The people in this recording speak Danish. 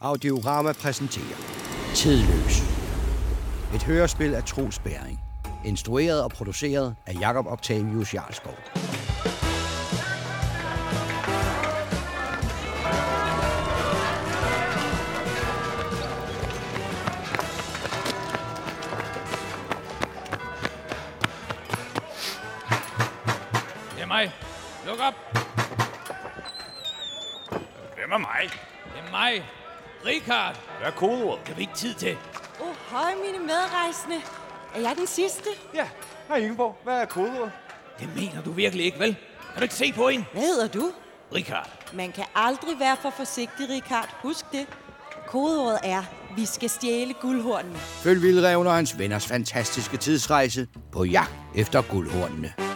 Audiorama præsenterer Tidløs. Et hørespil af Troels Bering. Instrueret og produceret af Jakob Octavius Jarlskov. Det er mig. Luk op. Hvem er mig? Det er mig. Richard. Hvad er kodeordet? Det har vi ikke tid til. Hej mine medrejsende. Er jeg den sidste? Ja, hej Ingeborg. Hvad er kodeordet? Det mener du virkelig ikke, vel? Kan du ikke se på hende? Hvad hedder du? Richard. Man kan aldrig være for forsigtig, Richard. Husk det. Kodeordet er, vi skal stjæle guldhornene. Følg Vildreven og hans venners fantastiske tidsrejse på jagt efter guldhornene.